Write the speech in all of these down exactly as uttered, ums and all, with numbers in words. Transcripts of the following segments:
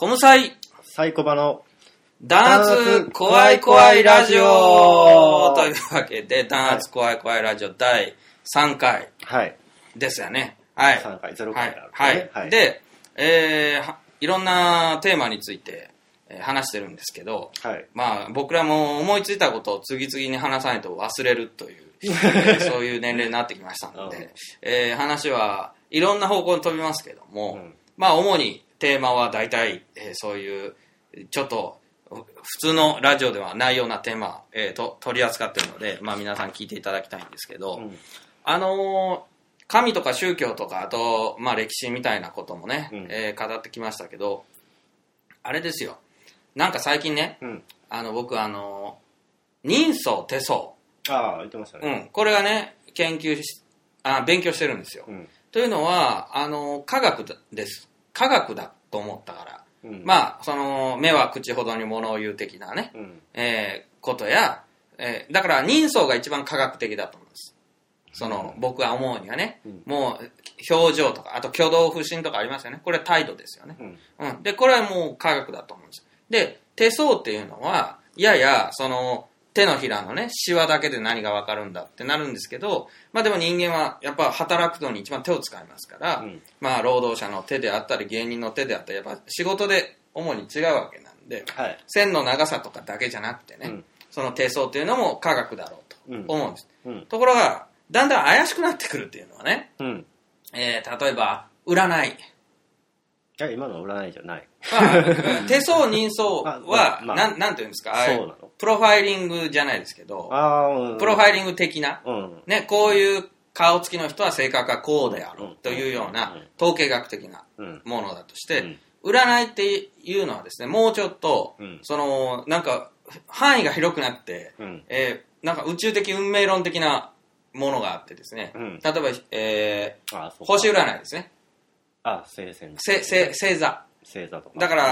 コムサイサイコバの弾圧怖い怖いラジオというわけで、弾圧怖い怖いラジオだいさんかいですよね。はい。 さんかい、ゼロかい、ね、 はい。はい。はい。で、えー、いろんなテーマについて話してるんですけど、はい、まあ僕らも思いついたことを次々に話さないと忘れるという、えー、そういう年齢になってきましたので、えー、話はいろんな方向に飛びますけども、うん、まあ主にテーマは大体、えー、そういうちょっと普通のラジオではないようなテーマ、えー、と取り扱っているので、まあ皆さん聞いていただきたいんですけど、うん、あのー、神とか宗教とか、あと、まあ歴史みたいなこともね、うんえー、語ってきましたけど、あれですよ。なんか最近ね、うん、あの僕あの人相手相、 ああ言ってましたね、 うん、これがね研究しあ勉強してるんですよ、うん、というのはあの科学です科学だと思ったから、うん、まあその目は口ほどに物を言う的なね、うんえー、ことや、えー、だから人相が一番科学的だと思います。その、うん、僕は思うにはね、うん、もう表情とかあと挙動不審とかありますよね。これは態度ですよね、うんうん、でこれはもう科学だと思うんです。で、手相っていうのは、やや、その、手のひらのね、シワだけで何がわかるんだってなるんですけど、まあでも人間は、やっぱ働くのに一番手を使いますから、うん、まあ労働者の手であったり、芸人の手であったり、やっぱ仕事で主に違うわけなんで、はい、線の長さとかだけじゃなくてね、うん、その手相っていうのも科学だろうと思うんです。うんうん、ところが、だんだん怪しくなってくるっていうのはね、うんえー、例えば、占い。 いや今の占いじゃない。 手相人相は、まあまあ、なん、なんていうんですか、あれプロファイリングじゃないですけど、あ、うん、プロファイリング的な、うん、ね、こういう顔つきの人は性格がこうであろうというような統計学的なものだとして、うん、占いっていうのはですね、もうちょっと、うん、その、なんか、範囲が広くなって、うんえー、なんか宇宙的運命論的なものがあってですね、うん、例えば、えー、星占いですね。 あ、星座。 星座。 星座とか。 だから、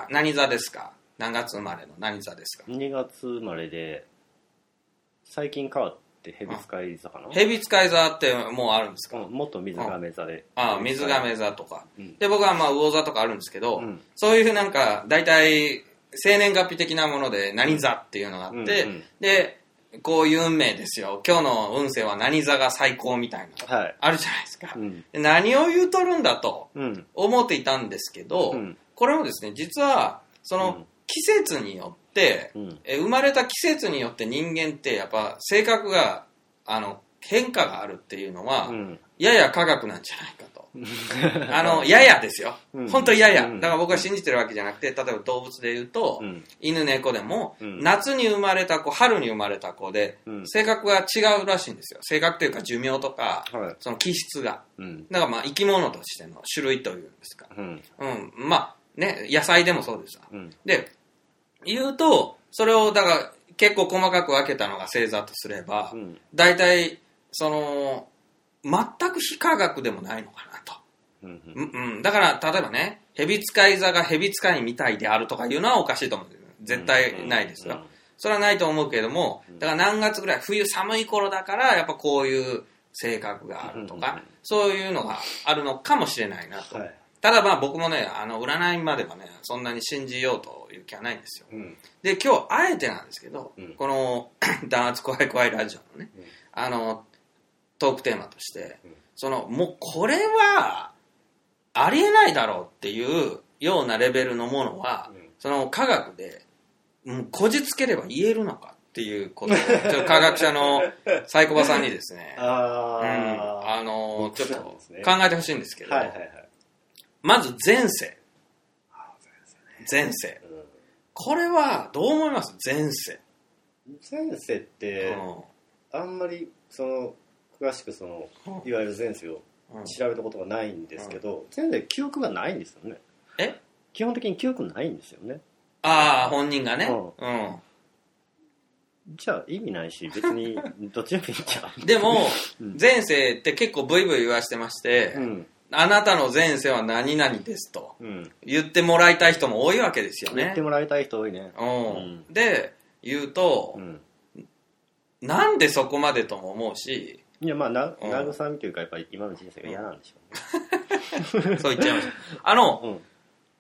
何座ですか？何月生まれの何座ですか？ にがつ生まれで、最近変わって蛇使い座かな？ 蛇使い座ってもうあるんですか？ うん、もっと水亀座で。 ああ、水亀座とか、うん。で、僕はまあ魚座とかあるんですけど、うん、そういうなんか、大体、生年月日的なもので何座っていうのがあって、うんうん、で、こういう運命ですよ。今日の運勢は何座が最高みたいな、はい、あるじゃないですか、うん、何を言うとるんだと思っていたんですけど、うん、これもですね、実はその季節によって、うん、え生まれた季節によって人間ってやっぱ性格があの変化があるっていうのは、うん、やや科学なんじゃないかとあのややですよ、うん、本当ややだから僕は信じてるわけじゃなくて、例えば動物で言うと、うん、犬猫でも、うん、夏に生まれた子春に生まれた子で、うん、性格が違うらしいんですよ。性格というか寿命とか、はい、その気質が、うん、だからまあ生き物としての種類というんですか、うんうん、まあね野菜でもそうですわ、うん、で言うとそれをだから結構細かく分けたのが星座とすれば、うん、大体その全く非科学でもないのかなと、うんうんうん、だから例えばね、蛇使い座が蛇使いみたいであるとかいうのはおかしいと思うんですよ。絶対ないですよ、うんうんうん、それはないと思うけれども、だから何月ぐらい冬寒い頃だからやっぱこういう性格があるとか、うんうん、そういうのがあるのかもしれないなと、はい、ただまあ僕もね、あの占いまではねそんなに信じようという気はないんですよ、うん、で今日あえてなんですけど、うん、この弾圧怖い怖いラジオのね、うん、あのトークテーマとして、うん、そのもうこれはありえないだろうっていうようなレベルのものは、うん、その科学で、うん、こじつければ言えるのかっていうことをちょっと科学者のサイコバさんにですねあ、うん、あのちょっと考えてほしいんですけど、はいはいはい、まず前世前世、うん、これはどう思います？前世前世って、うん、あんまりその詳しくそのいわゆる前世を調べたことがないんですけど、前世記憶がないんですよね。 え？ 基本的に記憶ないんですよね。 ああ、本人がね、うんうん、 じゃあ意味ないし別にどっちでもいいんちゃう。 でも、うん、前世って結構ブイブイ言わしてまして、うん、あなたの前世は何々ですと、うん、言ってもらいたい人も多いわけですよね。 言ってもらいたい人多いね、 うんうん、で言うと、うん、なんでそこまでとも思うし、 いやまあな慰みというかやっぱり今の人生が嫌なんでしょうね、うん、 そう言っちゃいました。あの、うん、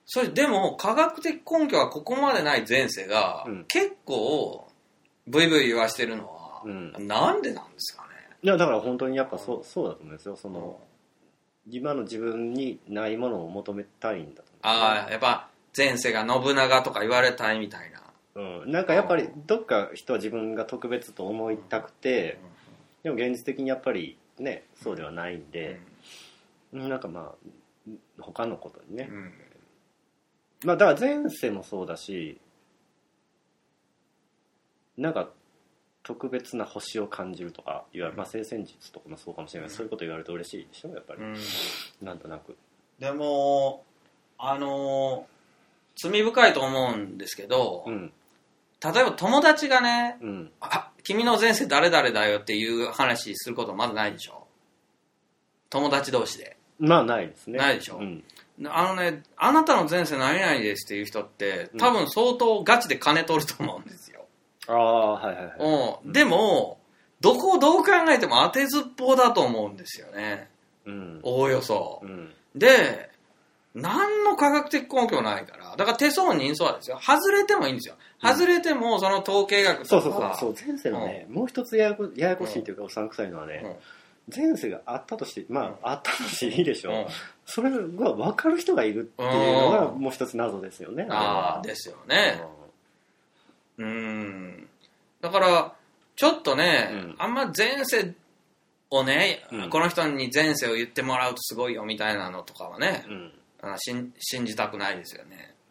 それでも科学的根拠はここまでない前世が、うん、結構ブイブイ言わしてるのは、うん、なんでなんですかね。 いやだから本当にやっぱ そ, うそうだと思うんですよ。その、うん、今の自分にないものを求めたいんだと思う。 ああやっぱ前世が信長とか言われたいみたいな。 うん、なんかやっぱりどっか人は自分が特別と思いたくて、でも現実的にやっぱりねそうではないんで、うん、なんかまあ他のことにね、うん、まあだから前世もそうだし、なんか特別な星を感じるとかいわゆる、まあ、聖戦術とかもそうかもしれない、うん、そういうこと言われると嬉しいでしょやっぱり、うん、なんとなく。 でもあの罪深いと思うんですけど、うん、例えば友達がね、うん、あ君の前世誰々だよっていう話することまずないでしょ。友達同士で。 まあないですね。 ないでしょ、うん、あのねあなたの前世何々ですっていう人って多分相当ガチで金取ると思うんですよ、 うん、ああはいはいはい、 うん、でもどこをどう考えても当てずっぽうだと思うんですよね、うん、おおよそ、うん、で何の科学的根拠ないから、だから手相人相はですよ。外れてもいいんですよ。外れてもその統計学とか、 そうそうそうそう前世のね、うん、もう一つややこ、ややこしいというかおさんくさいのはね、うん、前世があったとしてまあ、うん、あったとしていいでしょ、うん、それが分かる人がいるっていうのがもう一つ謎ですよね。 ああですよね。うん、うんだからちょっとね、うん、あんま前世をね、うん、この人に前世を言ってもらうとすごいよみたいなのとかはね、うん信, 信じたくないですよね、 うん、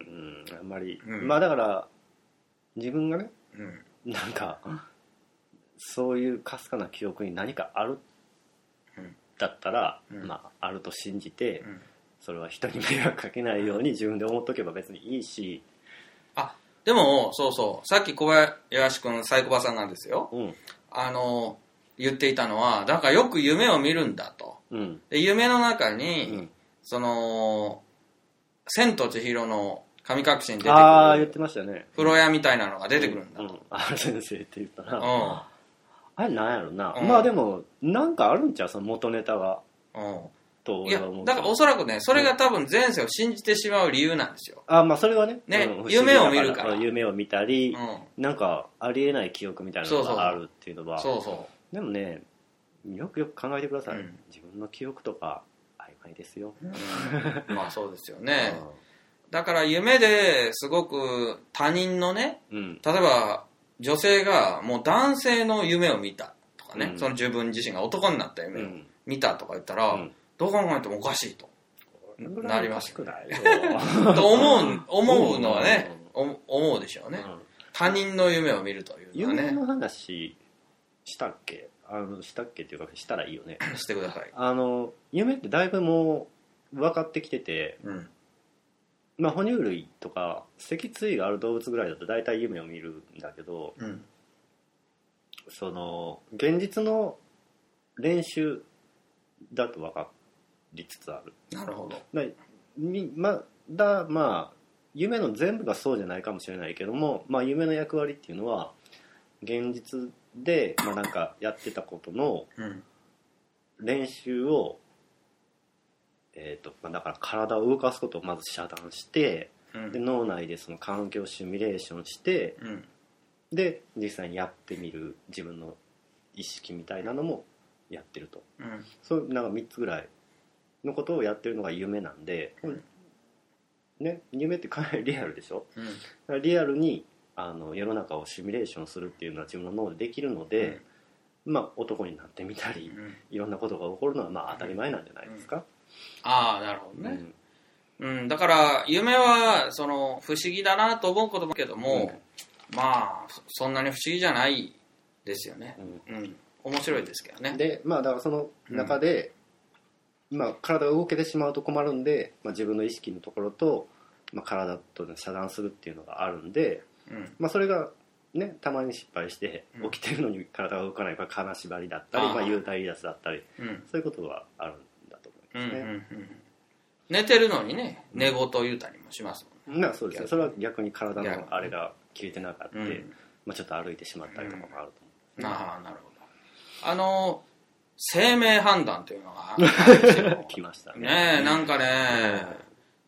あんまり、うん、まあだから自分がね、うん、なんかそういうかすかな記憶に何かある、うん、だったら、うん、まああると信じて、うん、それは人に迷惑かけないように自分で思っとけば別にいいし。 あでもそうそうさっき小林君サイコパさんなんですよ、うん、あの言っていたのはだからよく夢を見るんだと、うん、で夢の中に、うんその千と千尋の神隠しに出てくるああ言ってましたね風呂屋みたいなのが出てくるんだと、うんうん、 ある先生って言ったら、うん、あれなんやろな、うん、まあでもなんかあるんちゃうその元ネタが、うん、と俺は思う。 いやだからおそらくねそれが多分前世を信じてしまう理由なんですよ。 あまあそれはねね、うん、夢を見るから夢を見たり、うん、なんかありえない記憶みたいなのがあるっていうのはそうそうでもねよくよく考えてください、うん、自分の記憶とかですよ、 うん、まあそうですよね、うん、だから夢ですごく他人のね、うん、例えば女性がもう男性の夢を見たとかね、うん、その自分自身が男になった夢を見たとか言ったら、うん、どう考えてもおかしいとなりますよと思う、思うのはね、うん、思うでしょうね、うん、他人の夢を見るというのはね。 夢の話したっけあのしたっけっていうかしたらいいよねしてください。 あの夢ってだいぶもう分かってきてて、うん、まあ哺乳類とか脊椎がある動物ぐらいだと大体夢を見るんだけど、うん、その現実の練習だと分かりつつある。 なるほど。 だまだまあ夢の全部がそうじゃないかもしれないけども、まあ、夢の役割っていうのは現実で、まあ、なんかやってたことの練習を、えーとまあ、だから体を動かすことをまず遮断して、うん、で脳内でその環境シミュレーションして、うん、で実際にやってみる自分の意識みたいなのもやってると、うん、そうなんかみっつぐらいのことをやってるのが夢なんで、うんね、夢ってかなりリアルでしょ、うん、だからリアルにあの世の中をシミュレーションするっていうのは自分の脳でできるので、うん、まあ男になってみたり、うん、いろんなことが起こるのはまあ当たり前なんじゃないですか、うん、 ああなるほどね、うんうん、だから夢はその不思議だなと思うこともけども、うん、まあそんなに不思議じゃないですよね、うんうん、面白いですけどね。 でまあだからその中で、うんまあ、体が動けてしまうと困るんで、まあ、自分の意識のところと、まあ、体と遮断するっていうのがあるんで、うんまあ、それが、ね、たまに失敗して起きてるのに体が動かないから金縛りだったり、うんまあ、幽体離脱だったり、うん、そういうことがあるんだと思いますね、うんうんうん、 寝てるのにね寝言言うたりもしますもんね、 まあ、そうですね。それは逆に体のあれが切れてなかった、うんまあ、ちょっと歩いてしまったりとかもあると思う、ねうん、 ああなるほど。あの生命判断というのがあるんですよ来ましたね。 ねえなんかね、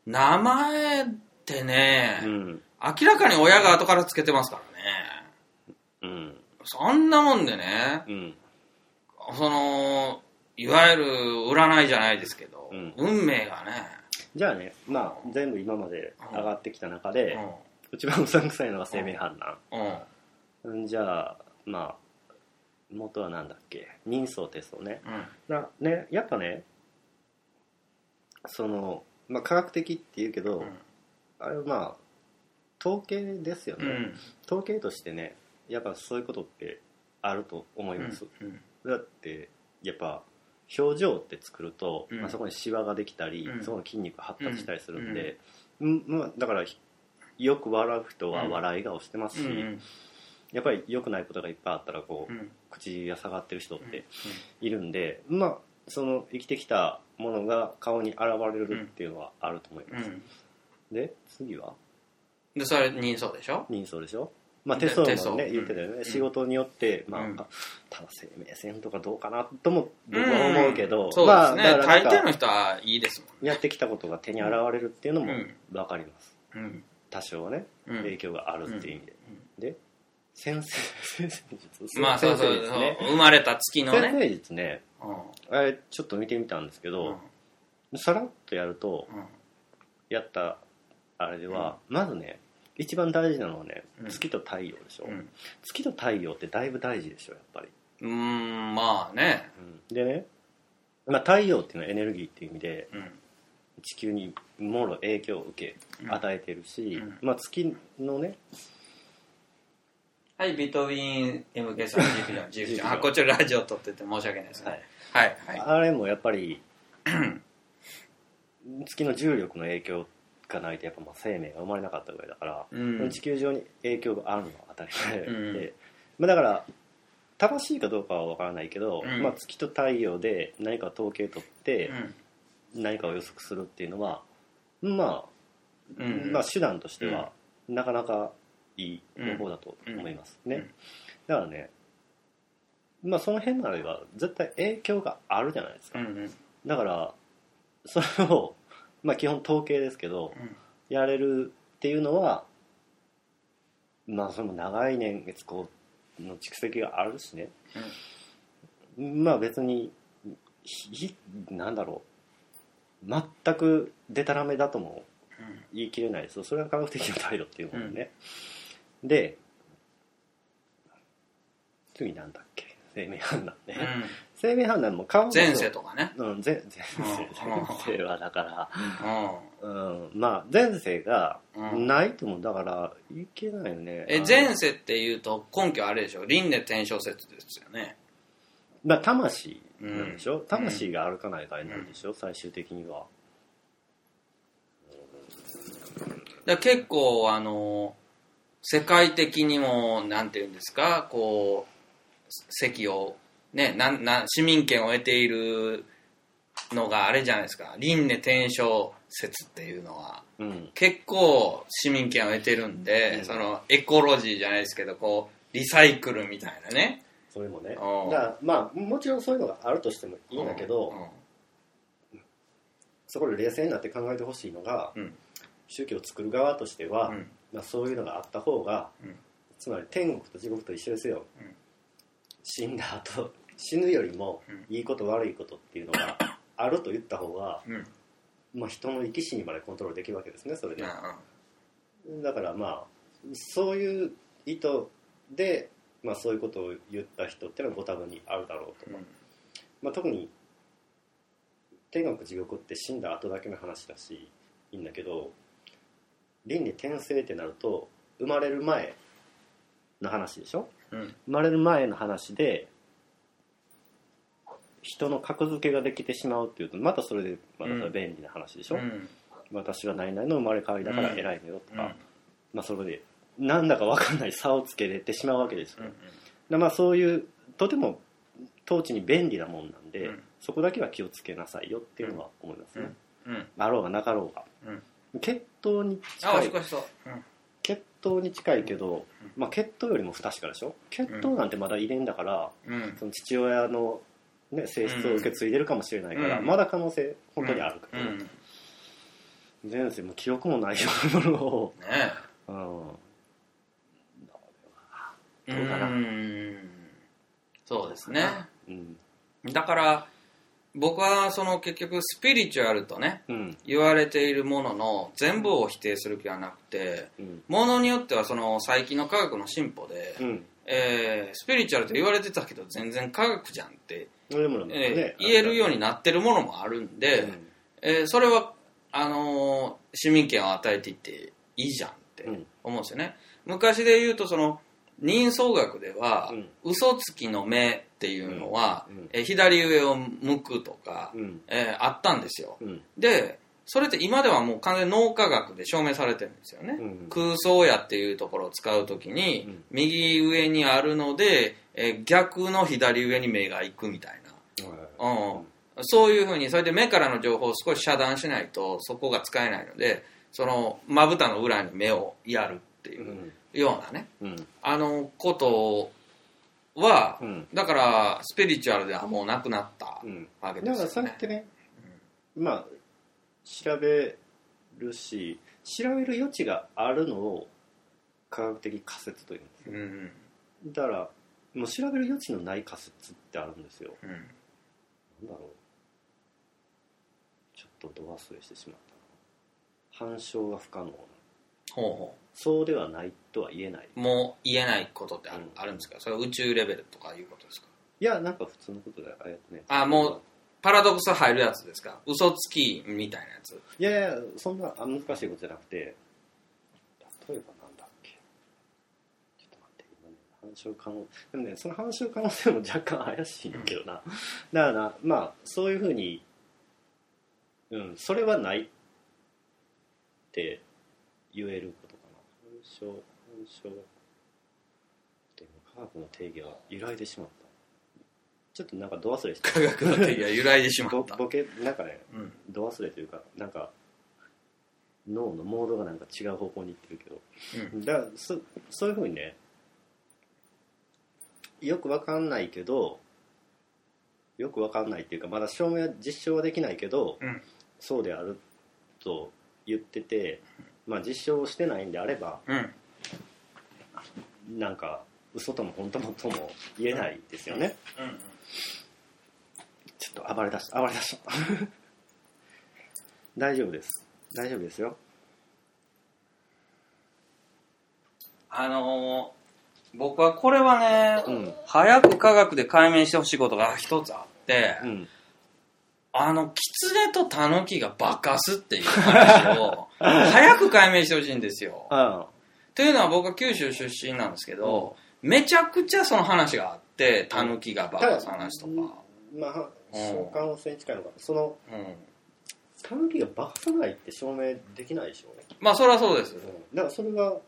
名前ってね、 うん、 明らかに親が後からつけてますからね。 うん、 そんなもんでね、うん、そのいわゆる占いじゃないですけど、うん、運命がね。 じゃあね、まあ全部今まで上がってきた中で、うん、一番うさんくさいのが生命判断。うん、じゃあまあ元はなんだっけ、人相テストね。うん、なね、やっぱね、そのまあ科学的っていうけど、うん、あれはまあ統計ですよね、うん、統計としてね、やっぱそういうことってあると思います、うんうん、だってやっぱ表情って作ると、うんまあ、そこにシワができたり、うん、そこの筋肉が発達したりするんで、うんうんまあ、だからよく笑う人は笑い顔してますし、うん、やっぱり良くないことがいっぱいあったらこう、うん、口が下がってる人っているんで、まあその生きてきたものが顔に現れるっていうのはあると思います、うん、で次はでそれ人相でしょ。 人相でしょ。まあ手相もね言ってたよね、うん、仕事によって、まあ、うん、ただ生命線とかどうかなとも僕は思うけど、うん、 そうですね、まあ、大抵の人はいいですもんね。 やってきたことが手に現れるっていうのも分かります、うん、多少はね、うん、影響があるっていう意味で、うん、で先生先生術、 まあそうそうそう、ね、生まれた月のね先生術ね、うん、あれちょっと見てみたんですけど、うん、さらっとやると、うん、やったあれでは、うん、まずね一番大事なのはね、月と太陽でしょ、うん、月と太陽ってだいぶ大事でしょやっぱり。 うーんまあね、 うん、でね、まあ、太陽っていうのはエネルギーっていう意味で、うん、地球にもろ影響を受け、うん、与えてるし、うん、まあ月のね、 はい、ビトウィーン エムケー さん ジーピー ジョン ジーピー ジョンあこっちラジオ撮ってて申し訳ないですね、はい、はいはい、 あれもやっぱり月の重力の影響がないとやっぱまあ生命が生まれなかったぐらいだから、うん、地球上に影響があるのは当たり前で、うんまあ、だから正しいかどうかは分からないけど、うんまあ、月と太陽で何か統計取って何かを予測するっていうのは、まあ、うんまあ手段としてはなかなかいい方法だと思いますね、うんうん、だからね、まあ、その辺までは絶対影響があるじゃないですか、うんうん、だからそれをまあ基本統計ですけど、うん、やれるっていうのはまあその長い年月こうの蓄積があるしね、うん、まあ別になんだろう全くデタラメだとも言い切れないです。それは科学的な態度っていうものね、うん、で次なんだっけ生命判断ね、うん、生命判断も顔も前世とかね、 うん、前, 前世前世はだから、うんうん、まあ前世がないともだからいけないよね。 え前世っていうと根拠あれでしょ、輪廻転生説ですよね。 まあ魂なんでしょ、うん、魂があるかないかになるでしょ、うん、最終的には。 だ結構あの世界的にもなんていうんですか、こう席をね、なな市民権を得ているのがあれじゃないですか、輪廻転生説っていうのは、うん、結構市民権を得てるんで、うん、そのエコロジーじゃないですけどこうリサイクルみたいなね、 それもね、だからまあもちろんそういうのがあるとしてもいいんだけど、うん、そこで冷静になって考えてほしいのが、うん、宗教を作る側としては、うんまあ、そういうのがあった方が、うん、つまり天国と地獄と一緒ですよ、うん、死んだ後死ぬよりもいいこと悪いことっていうのがあると言った方が、うんまあ、人の生き死にまでコントロールできるわけですね、それで。だからまあそういう意図で、まあ、そういうことを言った人っていうのはご多分にあるだろうと、うんまあ、特に天国地獄って死んだ後だけの話だしいいんだけど、輪廻転生ってなると生まれる前の話でしょ、うん、生まれる前の話で人の格付けができてしまうっていうとまたそれでまた便利な話でしょ、うん、私は何々の生まれ変わりだから偉いのよとか、うんまあ、それでなんだか分かんない差をつけれてしまうわけですよ、うんうん、まあそういうとても統治に便利なもんなんで、うん、そこだけは気をつけなさいよっていうのは思いますね、うんうん、あろうがなかろうが、うん、血統に近い、うん、血統に近いけど、まあ、血統よりも不確かでしょ。血統なんてまだ遺伝だから、うん、その父親の、ね、性質を受け継いでるかもしれないから、うん、まだ可能性本当にあるから、うん前世も記憶もないようなものをねうんどうかな。うーんそうですね、 うん、 だから僕はその結局スピリチュアルとね、 うん、 言われているものの全部を否定する気はなくて、うん、ものによってはその最近の科学の進歩で、うんえー、スピリチュアルと言われてたけど全然科学じゃんって、ねえー、言えるようになってるものもあるんで、うんえー、それはあのー、市民権を与えていっていいじゃんって思うんですよね。昔で言うとその人相学では、うん、嘘つきの目っていうのは、うんえー、左上を向くとか、うんえー、あったんですよ、うん、でそれって今ではもう完全に脳科学で証明されてるんですよね、うん、空想やっていうところを使うときに、うん、右上にあるので、えー、逆の左上に目が行くみたいな、うんうん、そういうふうにそれで目からの情報を少し遮断しないとそこが使えないのでそのまぶたの裏に目をやるっていう、うんようなね、うん、あのことは、うん、だからスピリチュアルではもうなくなったわけですよね、うん、だからそうやってね、うん、まあ調べるし調べる余地があるのを科学的仮説というんですよ、うん、だからもう調べる余地のない仮説ってあるんですよ、うん、なんだろうちょっとど忘れしてしまったな反証が不可能なほうほうそうではないとは言えないもう言えないことってある、うん、あるんですかそれは宇宙レベルとかいうことですかいやなんか普通のことであれねあもうパラドックス入るやつですか嘘つきみたいなやついやいやそんな難しいことじゃなくて例えばなんだっけちょっと待って今ね反証可能でもねその反証可能性も若干怪しいんだけどな、うん、だからなまあそういうふうにうんそれはないって言えることかな反証反証でも科学の定義は揺らいでしまったちょっとなんか度忘れして科学の定義は揺らいでしまったボケなんかね、うん、度忘れというかなんか脳のモードがなんか違う方向に行ってるけど、うん、だから そ, そういうふうにねよくわかんないけどよくわかんないっていうかまだ証明実証はできないけど、うん、そうであると言っててまあ実証してないんであれば、うん、なんか嘘とも本当もとも言えないですよね、うんうん、ちょっと暴れ出した暴れ出した大丈夫です大丈夫ですよあのー、僕はこれはね、うん、早く科学で解明してほしいことが一つあって、うん、あの狐とタヌキが化かすっていう話を早く解明してほしいんですよ、うん、というのは僕は九州出身なんですけど、うん、めちゃくちゃその話があってタヌキが化かす話とか、 うん、まあ相関性に近いのかなその、うん、タヌキが化かさないって証明できないでしょうねまあそれはそうです、うん、 だからそれが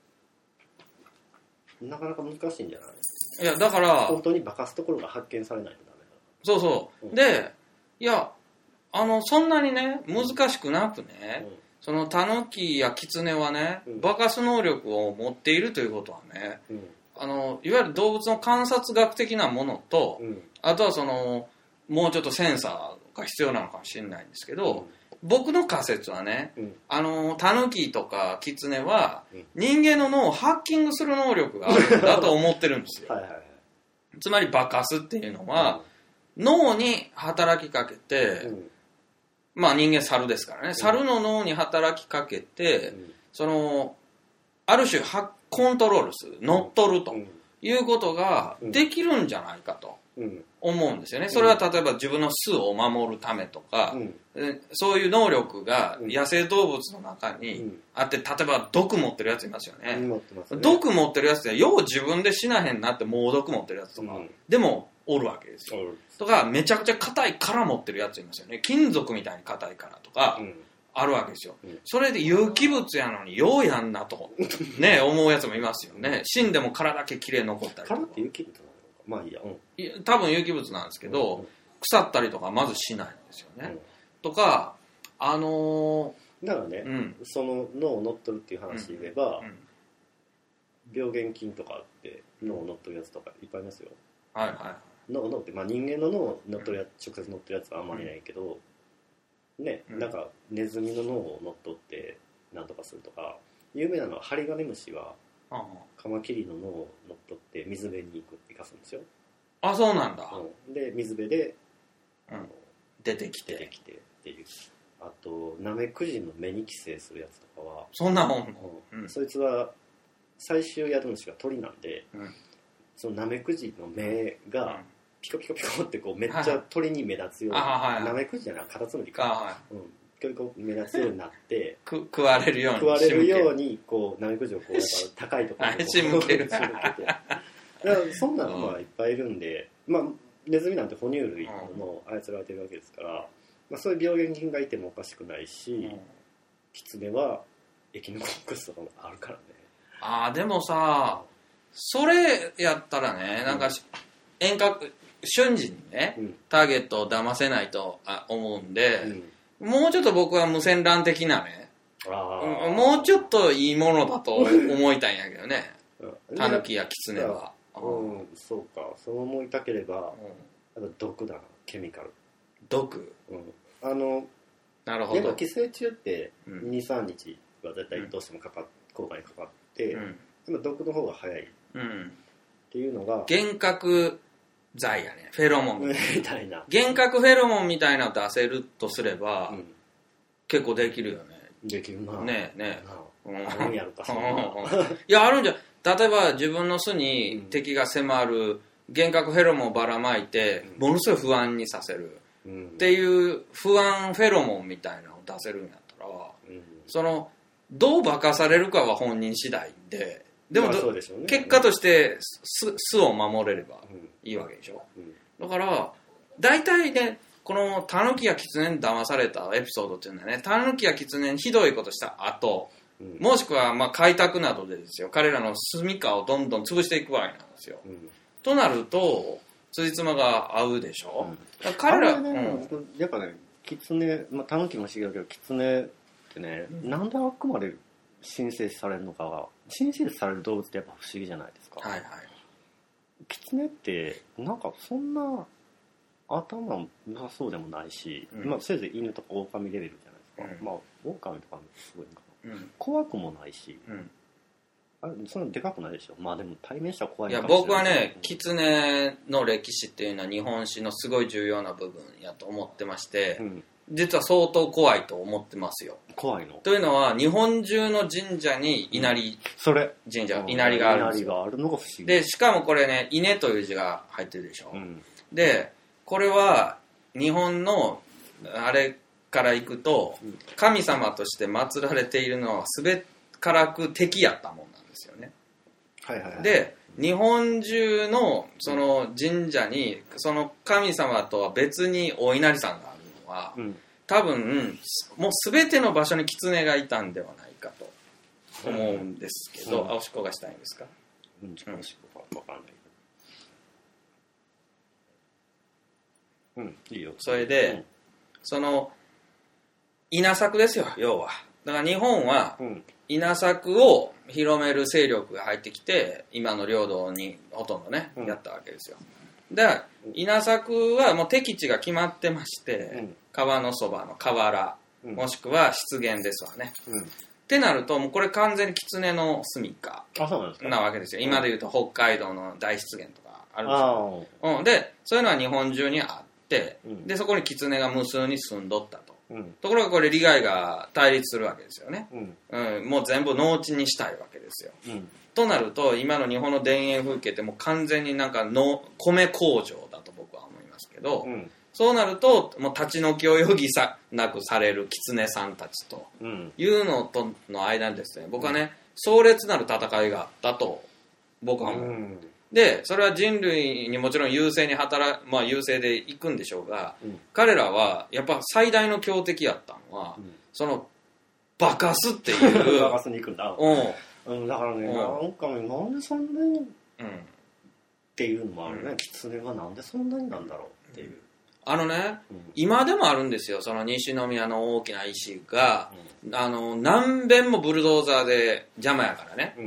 なかなか難しいんじゃないいやだから本当に化かすところが発見されないとダメだそうそう、うん、でいやあのそんなにね難しくなくね、うん、そのタヌキやキツネはね、うん、化かす能力を持っているということはね、うん、あのいわゆる動物の観察学的なものと、うん、あとはそのもうちょっとセンサーが必要なのかもしれないんですけど、うん、僕の仮説はね、うん、あのタヌキとかキツネは、うん、人間の脳をハッキングする能力があるんだと思ってるんですよはいはい、はい、つまり化かすっていうのは、うん、脳に働きかけて、うんまあ人間猿ですからね、うん、猿の脳に働きかけて、うん、そのある種コントロールする乗っ取るということができるんじゃないかと思うんですよね、うん、それは例えば自分の巣を守るためとか、うん、そういう能力が野生動物の中にあって例えば毒持ってるやついますよね、うん、毒持ってるやつってよう自分で死なへんなって猛毒持ってるやつとか、うん、でもおるわけですよとかめちゃくちゃ硬い殻持ってるやついますよね金属みたいに硬い殻とか、うん、あるわけですよ、うん、それで有機物やのにようやんなとね思うやつもいますよね死んでも殻だけ綺麗に残ったりとか殻って有機物なのかまあいいや、うん、 いや多分有機物なんですけど、うん、腐ったりとかまずしないんですよね、うん、とかあのー、だからね、うん、その脳を乗っ取るっていう話で言えば、うんうん、病原菌とかって脳を乗っ取るやつとかいっぱいいますよはいはい脳脳って、まあ、人間の脳を乗っ取るやつ、うん、直接乗ってるやつはあんまりないけど、 ね、うん、なんかネズミの脳を乗っ取ってなんとかするとか、有名なのはハリガネムシはカマキリの脳を乗っ取って水辺に行く行かすんですよ。 あ、そうなんだ。 うん、で水辺で、 うん、出てきて出てきてっていう。あとナメクジの目に寄生するやつとかはそんなもん、 うんうん、そいつは最終宿主が鳥なんで、うん、そのナメクジの目がピコピコピコってこうめっちゃ鳥に目立つように、はいはい、ナメクジじゃないカタツムリか、はいうん、ピコピコ目立つようになって食われるように食われるようにこうナメクジをこう高いところに仕向けるだからそんなのまあいっぱいいるんで、まあ、ネズミなんて哺乳類も操られてるわけですから、まあ、そういう病原菌がいてもおかしくないし、うん、キツネはエキノコックスとかもあるからね。 ああでもさそれやったらねなんか、うん、遠隔瞬時にね、うん、ターゲットを騙せないと思うんで、うん、もうちょっと僕は無線 ラン 的なねあもうちょっといいものだと思いたいんやけどねタヌキやキツネは、 うん、そうかそう思いたければ、うん、毒だなケミカル毒、 うん、あのなるほど寄生虫って にさんにちは絶対どうしてもかかっ効果にかかって、うん、毒の方が早いっていうのが、うん、 幻覚剤やねフェロモンみたいな幻覚フェロモンみたいなの出せるとすれば、うん、結構できるよねできるなねえねえあるんやろかそんないやあるんじゃ例えば自分の巣に敵が迫る幻覚フェロモンをばらまいて、うん、ものすごい不安にさせる、うん、っていう不安フェロモンみたいなのを出せるんやったら、うん、そのどう化かされるかは本人次第ででも、まあそうでしょうね、結果として巣を守れればいいわけでしょ、うん、だから大体ねこのタヌキやキツネに騙されたエピソードっていうのはねタヌキやキツネにひどいことした後、うん、もしくはまあ開拓などでですよ彼らの住処をどんどん潰していくわけなんですよ、うん、となると辻褄が合うでしょ、うん、彼ら、ねうん、やっぱねキツネ、まあ、タヌキも知るけどキツネってね、うん、なんであくまで神聖視されるのかが神聖視される動物ってやっぱ不思議じゃないですか。 はいはい。 キツネってなんかそんな頭良さそうでもないし、うんまあ、せいぜい犬とか狼レベルじゃないですか、うん、まあ狼とかもすごいのかな、うん、怖くもないし、うん、あれそんなでかくないでしょ。まあでも対面したら怖いのかもしれない。いや僕はねキツネの歴史っていうのは日本史のすごい重要な部分やと思ってまして、うん実は相当怖いと思ってますよ。 怖いのというのは日本中の神社に稲荷神社、稲荷があるんですよ。 稲荷があるのが不思議でしかもこれね稲という字が入ってるでしょ、うん、でこれは日本のあれからいくと神様として祀られているのはすべからく敵やったもんなんですよね、 はいはいはい、で日本中のその神社にその神様とは別にお稲荷さんがあるのは、うん、多分もう全ての場所に狐がいたんではないかと思うんですけど、うん、あおしっこがしたいんですか、 うん、おしっこが分かんないけど、うん、いいよ。 それで、うん、その稲作ですよ要は。だから日本は稲作を広める勢力が入ってきて今の領土にほとんどね、うん、やったわけですよ。で稲作はもう敵地が決まってまして、うん、川のそばの河原、うん、もしくは湿原ですわね、うん、ってなるともうこれ完全に狐の住処なわけですよ。今でいうと北海道の大湿原とかあるんですよ、うん、でそういうのは日本中にあって、うん、でそこに狐が無数に住んどったと、うん、ところがこれ利害が対立するわけですよね、うんうん、もう全部農地にしたいわけですよ、うんとなると今の日本の田園風景ってもう完全になんかの米工場だと僕は思いますけど、うん、そうなるともう立ち退きを余儀さなくされる狐さんたちというのとの間にですね僕はね、うん、壮烈なる戦いがあったと僕は思う、うん、でそれは人類にもちろん優勢に働まあ優勢でいくんでしょうが、うん、彼らはやっぱ最大の強敵やったのは、うん、そのバカスっていうバカスに行くんだうん、だからね、うん、なんかね、なんでそんなに、うん、っていうのもあるね、うん、狐がなんでそんなになんだろうっていう。 あのね、うん、今でもあるんですよ、その西宮の大きな石が、うん、あの、何遍もブルドーザーで邪魔やからね、うん、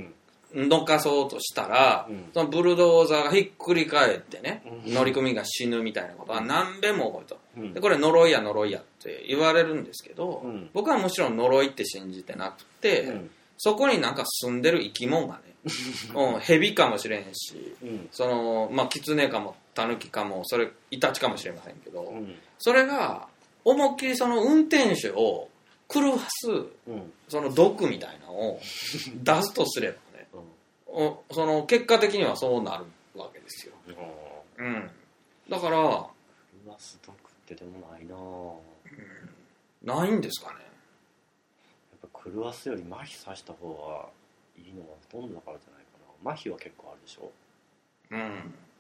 どかそうとしたら、うん、そのブルドーザーがひっくり返ってね、うん、乗組が死ぬみたいなことは何べも起こると、うん、でこれ呪いや呪いやって言われるんですけど、うん、僕はむしろ呪いって信じてなくて、うん、そこになんか住んでる生き物がね、うん、蛇かもしれへんし、うん、そのまあ狐かもタヌキかもそれイタチかもしれませんけど、うん、それが思いっきりその運転手を狂わす、うん、その毒みたいなのを出すとすればその結果的にはそうなるわけですよ、うん、だから狂わす毒ってでもないな、 うん、ないんですかね。 やっぱ狂わすより麻痺させた方がいいのはほとんどだからじゃないかな。麻痺は結構あるでしょ。うん、うん、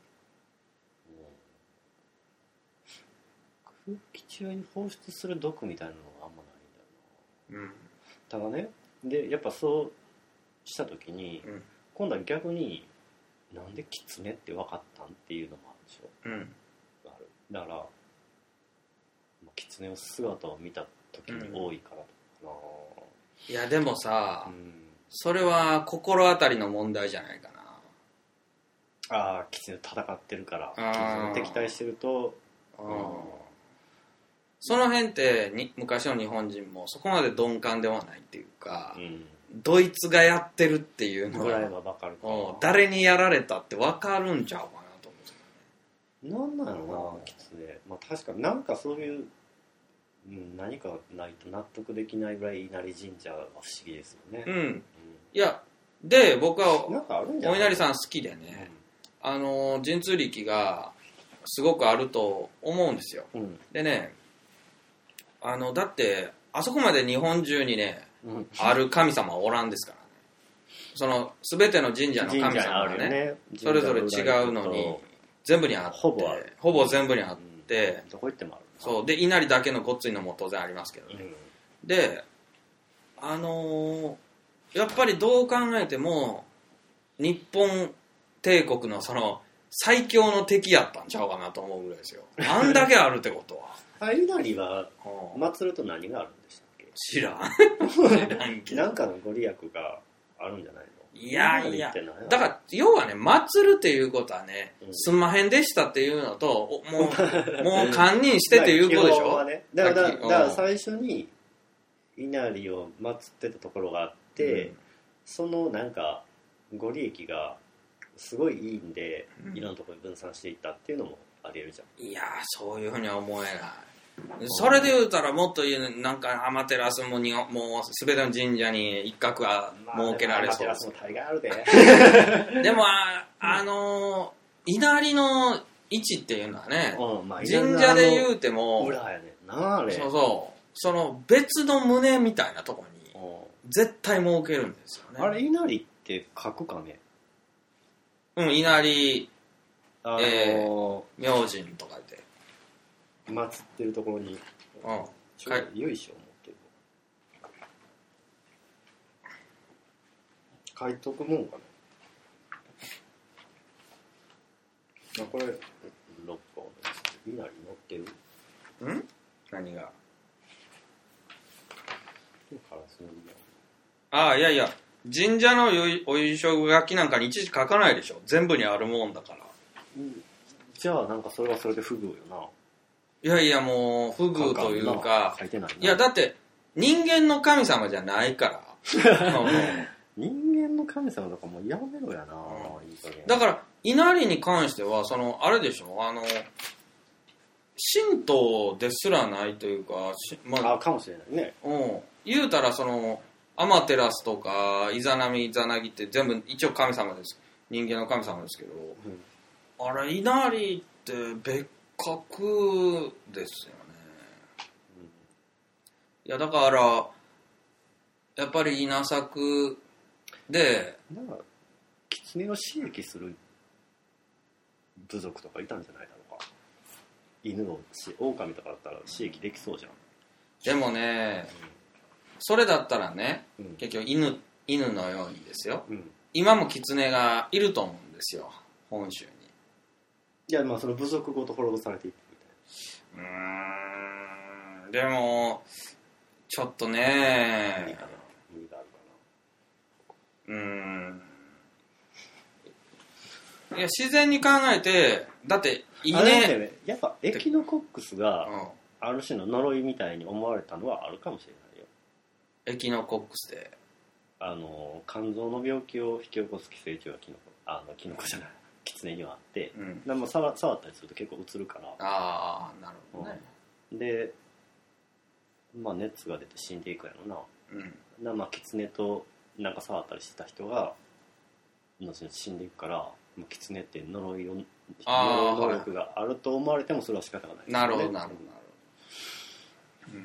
空気中に放出する毒みたいなのがあんまないんだよな、うん、ただねでやっぱそうした時に、うん、今度は逆になんでキツネって分かったんっていうのもあるでしょ、うん、あるだからキツネの姿を見た時に多いからかな、 うん、いやでもさ、うん、それは心当たりの問題じゃないかな。ああキツネ戦ってるからキツネ敵対してると、うん、 その辺ってに昔の日本人もそこまで鈍感ではないっていうか、うんドイツがやってるっていうのぐらいは分かるかな。 誰にやられたって分かるんちゃうかなと思うんですよね。 なんなのなキツネ、まあ、確かになんかそういう、うん、何かないと納得できないぐらい稲荷神社は不思議ですよね、うんうん、 いやで僕はお稲荷さん好きでね、うん、あの神通力がすごくあると思うんですよ、うん、でねあのだってあそこまで日本中にねある神様はおらんですからね。その全ての神社の神様が ね, ねそれぞれ違うのに全部にあってほ ぼ, ほぼ全部にあって、 うん、どこ行ってもあるそうで稲荷だけのごっついのも当然ありますけどね、うん、であのー、やっぱりどう考えても日本帝国のその最強の敵やったんちゃうかなと思うぐらいですよ。あんだけあるってことはあ稲荷は祭ると何があるんでしたっけ。 知らん知らんけどなんかのご利益があるんじゃないの。 いやいやだから要はね祭るっていうことはね、うん、すんまへんでしたっていうのともうもう堪忍してっていうことでしょ、 ね、だからだから最初に稲荷を祀ってたところがあって、うん、そのなんかご利益がすごいいいんで、うん、いろんなところに分散していったっていうのもあり得るじゃん。 いやそういうふうには思えない。それで言うたらもっと言うなんかアマテラスもにもう全ての神社に一角は設けられそうです、 まあ、アマテラスも大概あるででも あ, あの稲荷の位置っていうのはね、うんまあ、神社で言うても裏やねんなあれ。 そうそうその別の胸みたいなところに絶対設けるんですよね。 あれ稲荷って書くかね。 うん稲荷、あのーえー、明神とかで祀ってるところに、うん、はい、よいしょ持ってる書いとくもんかな。あこれろっぽん稲荷乗ってる。 ん何がああいやいや神社のお優勝書きなんかにいちいち書かないでしょ。全部にあるもんだから、 うん、じゃあなんかそれはそれで不遇よな。 いやいやもう不遇というか書いてないな。いやだって人間の神様じゃないから人間の神様とかもうやめろやな、うん、いい加減。 だから稲荷に関してはそのあれでしょあの神道ですらないというか、 まあ、あかもしれないね。 うん、言うたらそのアマテラスとかイザナミイザナギって全部一応神様です。人間の神様ですけど、うん、あれ稲荷って別格ですよね、うん、いやだからやっぱり稲作でなんか狐を刺激する部族とかいたんじゃないだろうか。犬を狼とかだったら刺激できそうじゃん。 でもね、うん、それだったらね、うん、結局 犬, 犬のようにですよ、うん、今も狐がいると思うんですよ本州に。 いやまあその部族ごと滅ぼされていくみたいな。 うーんでもちょっとね無理があるかな。うーんいや自然に考えてだっていいね、 ねやっぱエキノコックスがある種の呪いみたいに思われたのはあるかもしれないよ。 エキノコックスであの肝臓の病気を引き起こす寄生虫がキノコあのキノコじゃないキツネにはあって、うん、でも 触, 触ったりすると結構うつるから。 ああなるほどね、 うん、でまあ熱が出て死んでいくやろな、うん、でまあキツネとなんか触ったりしてた人が後々死んでいくから、キツネって呪いを呪い能力があると思われてもそれは仕方がないです、ね、 なるほどなるほど、 うんうん、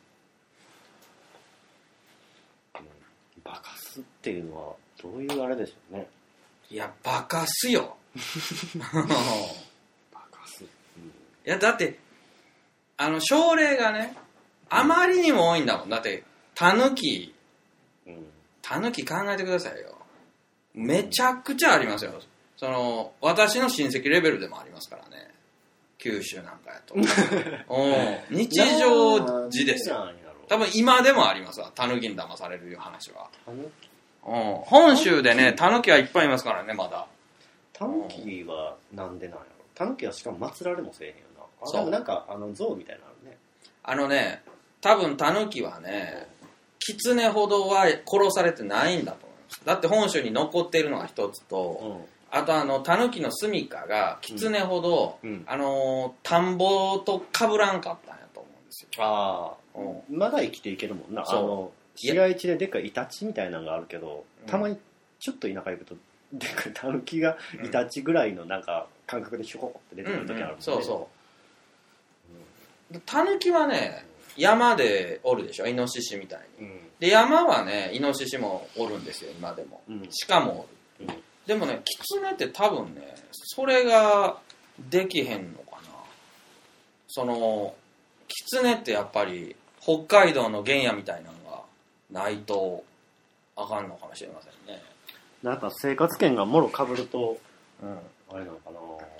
バカすっていうのはどういうあれでしょうね。 いやバカすよバカす、うん、いやだってあの症例がねあまりにも多いんだもん。だってタヌキタヌキ考えてくださいよ。めちゃくちゃありますよ。その私の親戚レベルでもありますからね。九州なんかやとお日常時ですよ。多分今でもありますわ。タヌキに騙されるいう話は。タヌキ本州でねタヌキはいっぱいいますからね。まだタヌキはなんでなんやろ。タヌキはしかも祀られもせえへんよな。あでもなんかあの像みたいなのあるね。 あのね多分タヌキはねキツネほどは殺されてないんだと思います。だって本州に残っているのが一つと、うん、あとあのタヌキの住みかがキツネほど、うん、あの田んぼと被らんかったんやと思うんですよ。 ああ、うん、まだ生きていけるもんな。あの市街地ででっかいイタチみたいなのがあるけど、たまにちょっと田舎行くとでっかいタヌキがイタチぐらいのなんか感覚でひょこって出てくる時あるもんね、うんうん、 そうそう、うん、タヌキはね山でおるでしょ、イノシシみたいに、うん、で山はねイノシシもおるんですよ今でも、うん、シカもおる、うん、でもねキツネって多分ねそれができへんのかな。そのキツネってやっぱり北海道の原野みたいなのがないとあかんのかもしれませんね。 なんか生活圏がもろかぶると、うん、あれなのかな。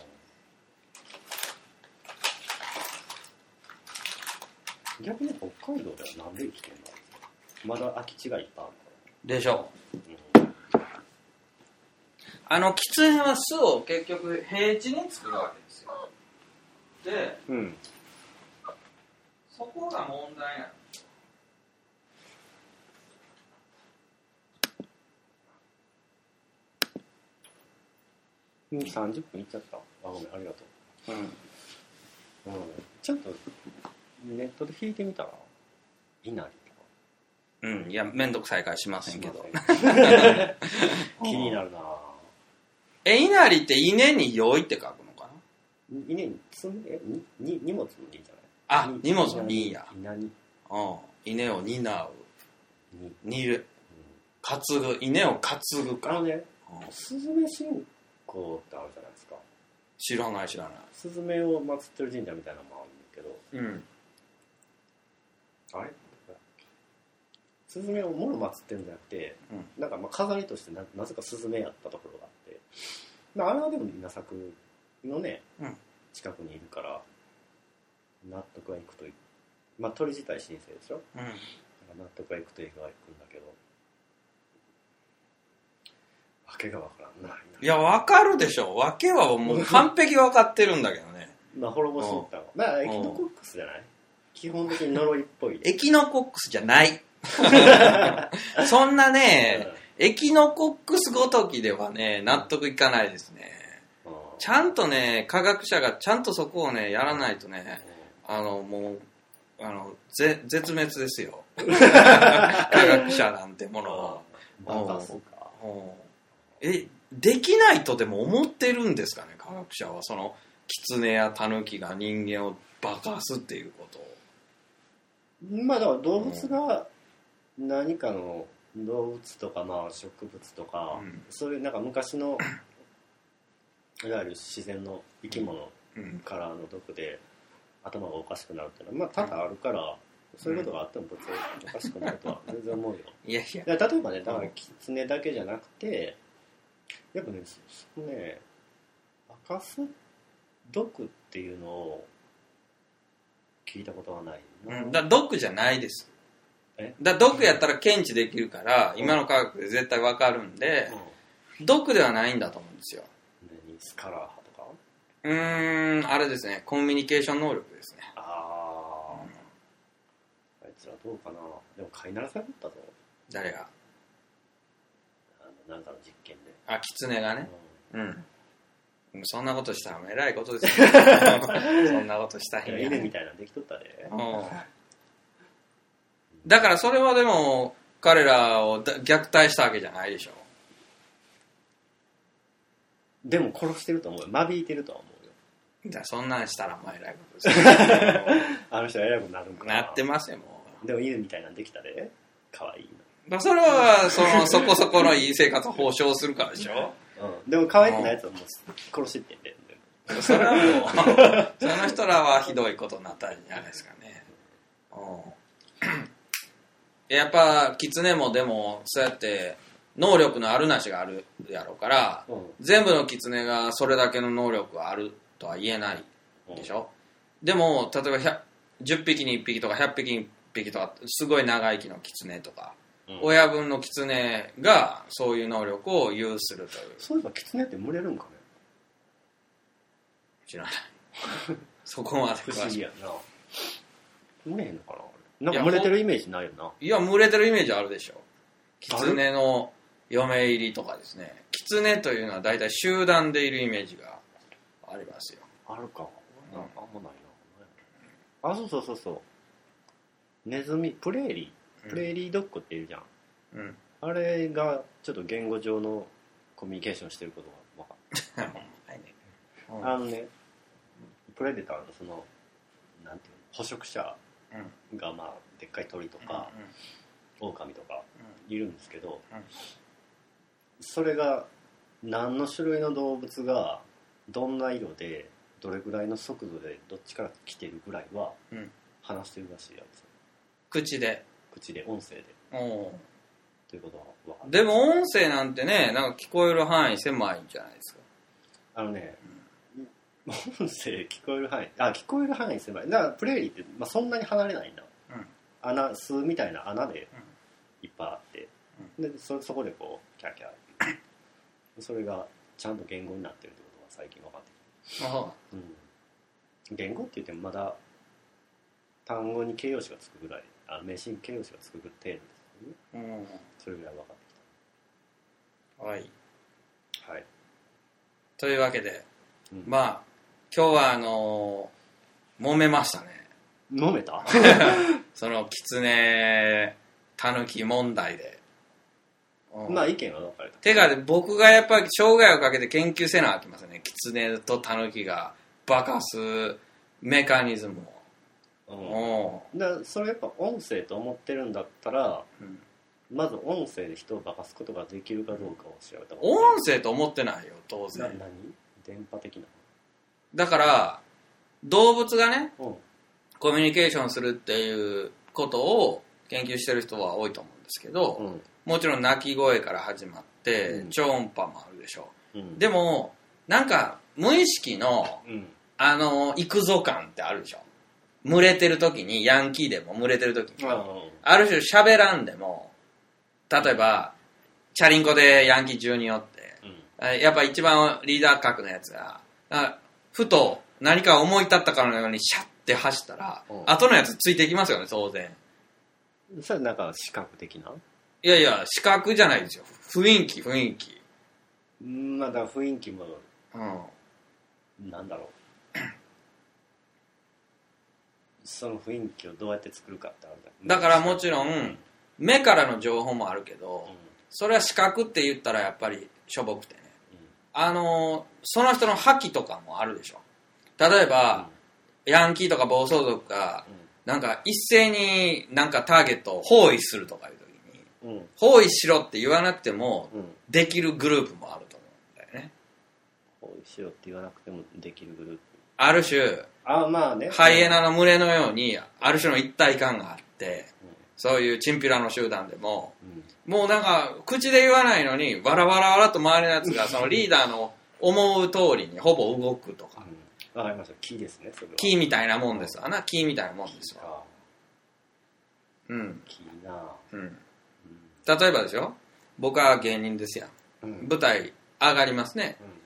逆に北海道ではなんで生きてんの？まだ空き地がいっぱいあるでしょう、うん、あのキツネは巣を結局平地に作るわけですよ。で、うん、そこが問題なんですよ。さんじゅっぷんいっちゃった。あ、ごめん、ありがとう。うん。うん、ちょっとネットで弾いてみたらいなりとか。 うん、いやめんどくさいからしませんけど。 気になるな。 え、いなりって稲に良いって書くのかな。稲に積んでにに荷物の荷じゃない。あ、荷物の荷や。 稲に。 うん、稲を担う。煮る。担ぐ、稲を担ぐか。 あのね、スズメ信仰ってあるじゃないですか。 知らない知らない。 スズメを祀ってる神社みたいなのもあるんだけど。うん。あれスズメをもろ祀ってるんじゃなくて、うん、なんかまあ飾りとして な, なぜかスズメやったところがあって、まあ、あれはでも稲作のね、うん、近くにいるから納得はいくといまあ鳥自体神聖でしょ、うん、納得はいくと映画はいくんだけど訳がわからんない。 いやわかるでしょ。訳はもう完璧わかってるんだけどね。 まあ滅ぼしに行ったのまあエキノコックスじゃない。基本的に呪いっぽい。 エキノコックスじゃないそんなね、うん、エキノコックスごときではね納得いかないですね、うん、ちゃんとね科学者がちゃんとそこをねやらないとね、うん、あのもうあのぜ絶滅ですよ科学者なんてものは、うん、えできないとでも思ってるんですかね科学者は。そのキツネやタヌキが人間を化かすっていうことを。 まあだから動物が何かの動物とかまあ植物とか、うん、そういうなんか昔のいわゆる自然の生き物からの毒で頭がおかしくなるっていうのはまあ多々あるから、そういうことがあっても別におかしくなるとは全然思うよ。 いやいや例えばねだからキツネだけじゃなくてやっぱねそのね化かす毒っていうのを聞いたことはない、 うん、だ毒じゃないです。えだ毒やったら検知できるから、うん、今の科学で絶対わかるんで、うん、毒ではないんだと思うんですよ。 スカラー派とか。 うーんあれですね、コミュニケーション能力ですね。 ああ、うん、あいつらどうかな。でも飼いならされたぞ。 誰が？ あのなんかの実験で。 あ、キツネがね、うん、うん、そんなことしたらえらいことですよそんなことした日に犬みたいなのできとったで、うん、 だからそれはでも彼らを虐待したわけじゃないでしょ。 でも殺してると思うよ。間引いてるとは思うよ。 じゃあそんなんしたらもうえらいことですよあの人はえらいことになるんかな。 なってますよもう。でも犬みたいなのできたで、かわいいの。それはそのそこそこのいい生活を保障するからでしょ、 うん、でも可愛くないやつはもう殺してってんで。 それはもうその人らはひどいことになったんじゃないですかね。やっぱキツネもでもそうやって能力のあるなしがあるやろうから、うん、全部のキツネがそれだけの能力があるとは言えないでしょ、うん、でも例えばじゅっぴきにいっぴきとかひゃっぴきにいっぴきとかすごい長生きのキツネとか、うん、親分のキツネがそういう能力を有するという。 そういえばキツネって群れるんかね。 知らないそこまで不思議やな。群れへんのかな。なんか群れてるイメージないよな。 いや群れてるイメージあるでしょ。キツネの嫁入りとかですね。キツネというのは大体集団でいるイメージがありますよ。 あるか。なんかあんまないな。あ、そうそうそうそう。ネズミ、プレーリー。プレーリードッグっているじゃん。うん。あれがちょっと言語上のコミュニケーションしてることが分かった。はいね。うん、あのね、プレデターのその、なんていうの、捕食者がまあ、でっかい鳥とか、うんうん、狼とかいるんですけど、うんうん、それが何の種類の動物がどんな色でどれぐらいの速度でどっちから来てるぐらいは話してるらしいやつ。 口で口で音声で。 おということは分かる。 でも音声なんてね、なんか聞こえる範囲狭いんじゃないですか。 あのね、うん、音声聞こえる範囲、あ、聞こえる範囲狭い。だからプレーリーって、まあ、そんなに離れないんだ。うん、穴巣みたいな穴でいっぱいあって、うん、で そ, そこでこうキャーキャーそれがちゃんと言語になってるってことが最近分かってきた。あ、うん、言語って言ってもまだ単語に形容詞がつくぐらい、あ、名詞に形容詞がつく程度ですよね、うん、それぐらい分かってきた。 はい、 はい、 というわけで、うん、まあ今日はあのー、揉めましたね。 揉めたそのキツネタヌキ問題で、 うん、まあ意見は分かれた。 てか僕がやっぱり生涯をかけて研究せなあきますね。キツネとタヌキが化かすメカニズムを、 うん、だからそれやっぱ音声と思ってるんだったら、うん、まず音声で人を化かすことができるかどうかを調べた方がいい。 音声と思ってないよ当然。 な何電波的な。 だから動物がね、うん、コミュニケーションするっていうことを研究してる人は多いと思うんですけど、うん、もちろん鳴き声から始まって、うん、超音波もあるでしょ、うん、でもなんか無意識の、うん、あの幾ぞ感ってあるでしょ。群れてる時にヤンキーでも群れてる時に、うん、ある種喋らんでも例えばチャリンコでヤンキーじゅうにんおって、うん、やっぱ一番リーダー格のやつがふと何か思い立ったかのようにシャッて走ったら、うん、後のやつついていきますよね当然。 それなんか視覚的な。 いやいや視覚じゃないですよ。雰囲気雰囲気。 まあだから雰囲気も、うん、なんだろうその雰囲気をどうやって作るかってあるだからもちろん目からの情報もあるけど、うん、それは視覚って言ったらやっぱりしょぼくてね、うん、あのその人の覇気とかもあるでしょ。例えば、うん、ヤンキーとか暴走族が、うん、なんか一斉になんかターゲットを包囲するとかいう時に、うん、包囲しろって言わなくても、うん、できるグループもあると思うんだよね。 包囲しろって言わなくてもできるグループ、 ある種あ、まあね、 ハイエナの群れのようにある種の一体感があって、うん、そういうチンピラの集団でも、うん、もうなんか口で言わないのにわらわらわらと周りのやつがそのリーダーの思う通りにほぼ動くとか、 うん、わかりました。キーですね。それはキーみたいなもんですわな。キーみたいなもんですわ。うん。 キーな、 うん、例えばですよ、僕は芸人ですや、うん、舞台上がりますね、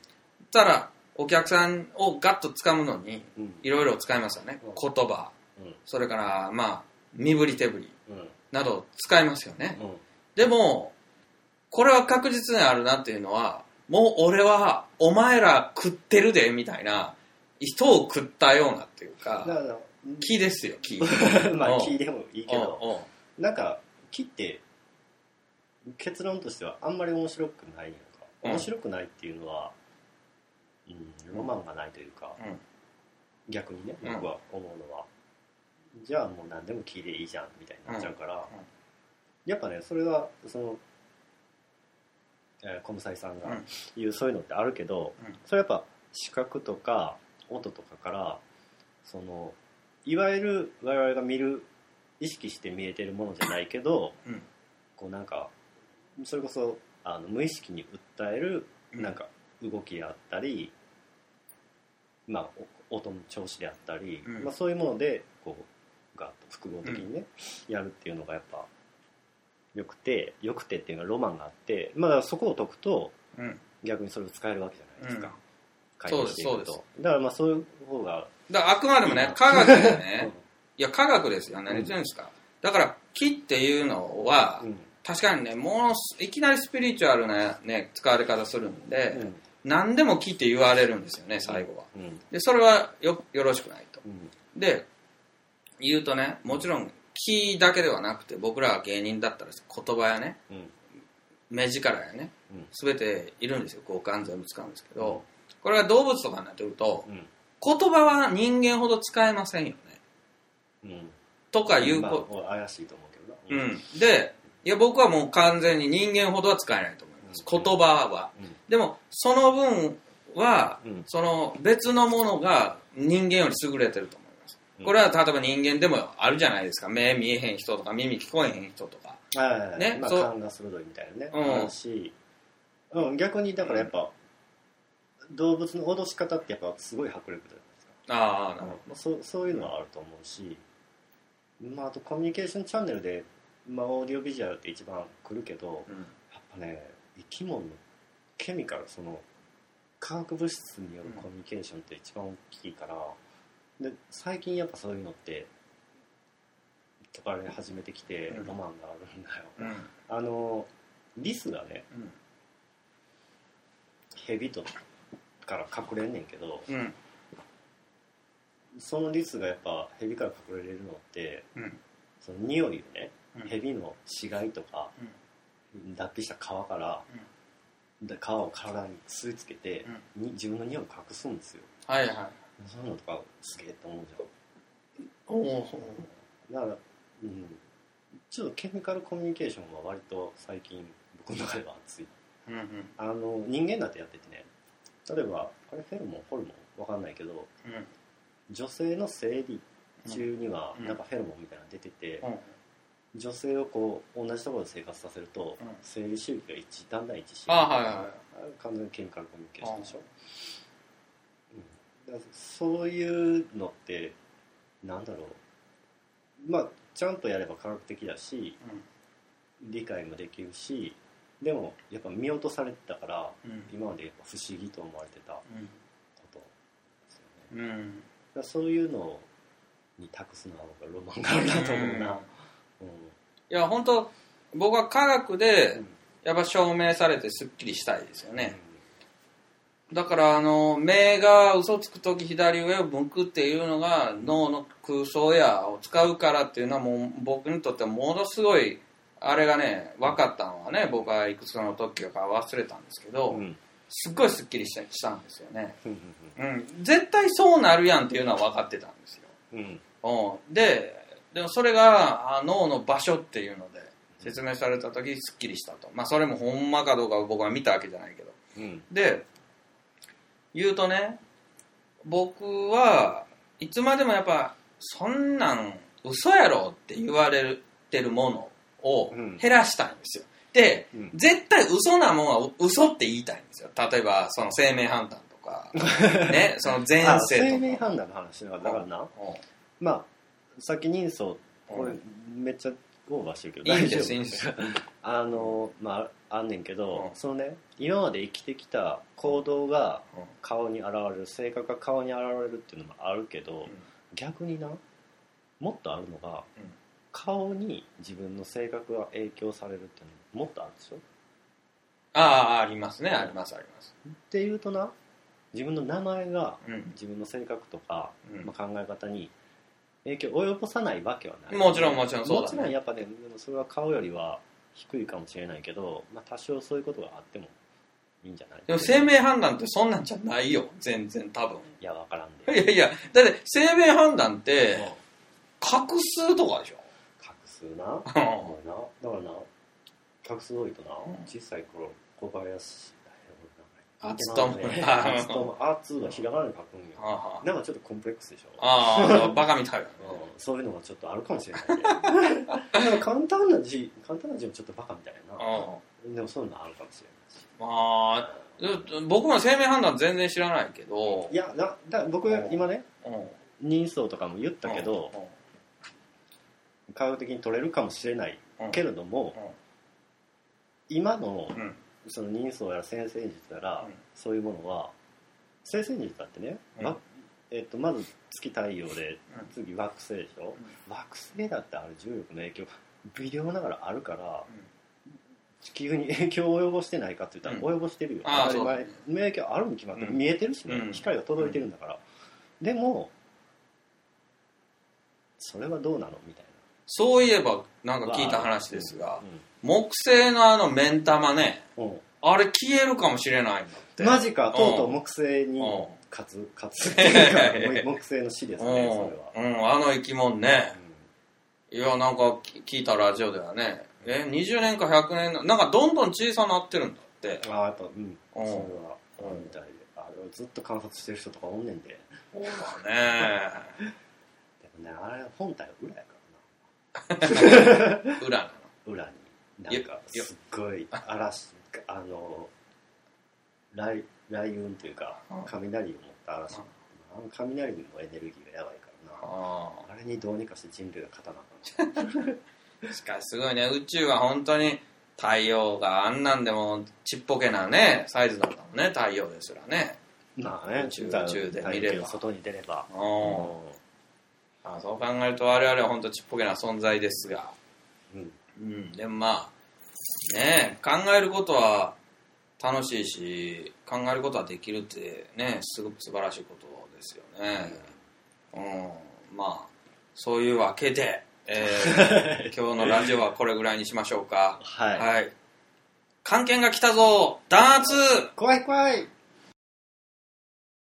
たらお客さんをガッと掴むのにいろいろ使いますよね、うん、言葉、うん、それからまあ身振り手振りなど使いますよね、うん、でもこれは確実にあるなっていうのは、もう俺はお前ら食ってるでみたいな、人を食ったようなっていうか、木ですよ木まあ木でもいいけど、なんか木って結論としてはあんまり面白くないのか、面白くないっていうのは、うん、ロマンがないというか、うん、逆にね僕は思うのは、うん、じゃあもう何でも木でいいじゃんみたいになっちゃうから、うんうん、やっぱねそれはその、えー、コムサイさんが言うそういうのってあるけど、うん、それやっぱ視覚とか音とかからそのいわゆる我々が見る意識して見えてるものじゃないけど、うん、こうなんかそれこそあの無意識に訴えるなんか動きであったり、まあ、音の調子であったり、うんまあ、そういうものでこうガッと複合的にね、うん、やるっていうのがやっぱよくてよくてっていうのはロマンがあって、まあ、だからそこを解くと、うん、逆にそれを使えるわけじゃないですか、うん、解決していくと。だからまあそういう方がだからあくまでもね科学だよねいや科学ですよ、何言ってるんですか、うん、だから木っていうのは、うん、確かにねもういきなりスピリチュアルな、ね、使われ方するんで、うん何でも木って言われるんですよね最後は、うん、でそれは よ, よろしくないと、うん、で言うとねもちろん木だけではなくて僕らは芸人だったら言葉やね、うん、目力やね、うん、全ているんですよ五感全部使うんですけど、うん、これが動物とかになってくると、うん、言葉は人間ほど使えませんよね、うん、とかいうこと、 まあ、怪しいと思うけどな、 うん、でいや僕はもう完全に人間ほどは使えないと思います、うん、言葉は、うんでもその分は、うん、その別のものが人間より優れてると思います、うん、これは例えば人間でもあるじゃないですか、目見えへん人とか耳聞こえへん人とか、 はいね、まあ、勘が鋭いみたいなね、うん、あるし、うん、逆にだからやっぱ、うん、動物の脅し方ってやっぱすごい迫力じゃないですか。 ああなるほど、 うん、そ, そういうのはあると思うし、まあ、あとコミュニケーションチャンネルで、まあ、オーディオビジュアルって一番来るけど、うん、やっぱね生き物のケミカルその化学物質によるコミュニケーションって一番大きいから、うん、で最近やっぱそういうのって解かれ始めてきてロマンがあるんだよ、うん、あのリスがね、うん、ヘビとから隠れんねんけど、うん、そのリスがやっぱヘビから隠れれるのって、うん、その匂いをね、うん、ヘビの死骸とか、うん、脱皮した皮から、うんで皮を体に吸い付けて、うん、に自分の匂いを隠すんですよ。 はいはい。 そういうのとかすげえって思うじゃん。おお。 だから、うん、ちょっとケミカルコミュニケーションは割と最近僕の中では熱い。うんうん、あの人間だってやっててね、例えばあれフェロモンホルモンわかんないけど、うん、女性の生理中にはなんかフェロモンみたいなの出てて。うんうん女性をこう同じところで生活させると、うん、生理周期が一だんだん一致して、 あ、はいはい、 完全にケミカルコミュニケーションでしょ、うん、だからそういうのってなんだろう、まあちゃんとやれば科学的だし、うん、理解もできるしでもやっぱ見落とされてたから、うん、今までやっぱ不思議と思われてたことですよね、うん、だからそういうのに託すのは僕はロマンがあるなと思うな、うんうん、いや本当僕は科学でやっぱ証明されてすっきりしたいですよね、うん、だからあの目が嘘つくとき左上を向くっていうのが脳の空想やを使うからっていうのはもう僕にとってはものすごいあれがね分かったのはね僕はいくつの時か忘れたんですけど、うん、すっごいすっきりした、したんですよね、うん、絶対そうなるやんっていうのは分かってたんですよ、うんうん、ででもそれが脳の場所っていうので説明された時すっきりしたと、まあそれもほんまかどうか僕は見たわけじゃないけど、うん、で言うとね僕はいつまでもやっぱそんなん嘘やろって言われてるものを減らしたいんですよ、で、うん、絶対嘘なものは嘘って言いたいんですよ。例えばその生命判断とかねその前世とか生命判断の話だからな、うん、まあさっき人相これめっちゃオーバーしてるけどいいんですいいんですあのまああんねんけど、うん、そのね今まで生きてきた行動が顔に現れる、性格が顔に現れるっていうのもあるけど、うん、逆になもっとあるのが、うん、顔に自分の性格が影響されるっていうのももっとあるでしょ。 ああありますね、ありますありますっていうとな、自分の名前が自分の性格とか、うんまあ、考え方に影響を及ぼさないわけはない。 もちろんもちろんそうだ、ね、 もちろんやっぱね、でもそれは顔よりは低いかもしれないけど、まあ、多少そういうことがあってもいいんじゃない。 でも生命判断ってそんなんじゃないよ全然多分。 いや分からんで。 いやいやだって生命判断って画数とかでしょ。 画数なだからなだからな画数多いとな、小さい頃小林アツトムアツトムアツはひらがなで書くんよ。なんかちょっとコンプレックスでしょ。 ああバカみたいな、ねうん、そういうのがちょっとあるかもしれないね。でも簡単な字簡単な字もちょっとバカみたいな。でもそういうのあるかもしれないし。 まあ僕も生命判断全然知らないけど、 いやなだ僕今ね人相とかも言ったけど科学的に取れるかもしれないけれども、今の、うんその人相やら先生術やら、うん、そういうものは先生術だってね、うんえー、とまず月太陽で、うん、次惑星でしょ、うん、惑星だってある重力の影響が微量ながらあるから、うん、地球に影響を及ぼしてないかって言ったら及ぼしてるよ、うん、当たり前の影響あるに決まって、うん、見えてるしね、うん、光が届いてるんだから、うん、でもそれはどうなのみたいな。 そういえばなんか聞いた話ですが、うんうん、木星のあの目ん玉ね、うん、あれ消えるかもしれないんだって。マジか、とうとう木星に勝つ勝つっていうか木星の死ですねそれは、 うん、あの生き物ね、うん、いやなんか聞いたラジオではねえにじゅうねんかひゃくねんなんかどんどん小さくなってるんだって。 ああやっぱうん、うん、それは、うん、みたいであれをずっと観察してる人とかおんねんで。 そうだねでもねあれ本体は裏やから裏なの裏になんかすっごい嵐あの雷雷雲というか雷を持った嵐、あの雷のエネルギーがやばいからな あ, あれにどうにかして人類が勝たなあかん。 しかしすごいね、宇宙は本当に太陽があんなんでもちっぽけなねサイズだったもんね、太陽ですらね。 まあね宇宙宇宙で見れば外に出れば、 ああそう考えると我々は本当ちっぽけな存在ですが、うんうん、でもまあね考えることは楽しいし考えることはできるってねすごく素晴らしいことですよね、うん、まあそういうわけで、えー、今日のラジオはこれぐらいにしましょうか。 はい、 はい、漢検が来たぞ弾圧怖い怖い。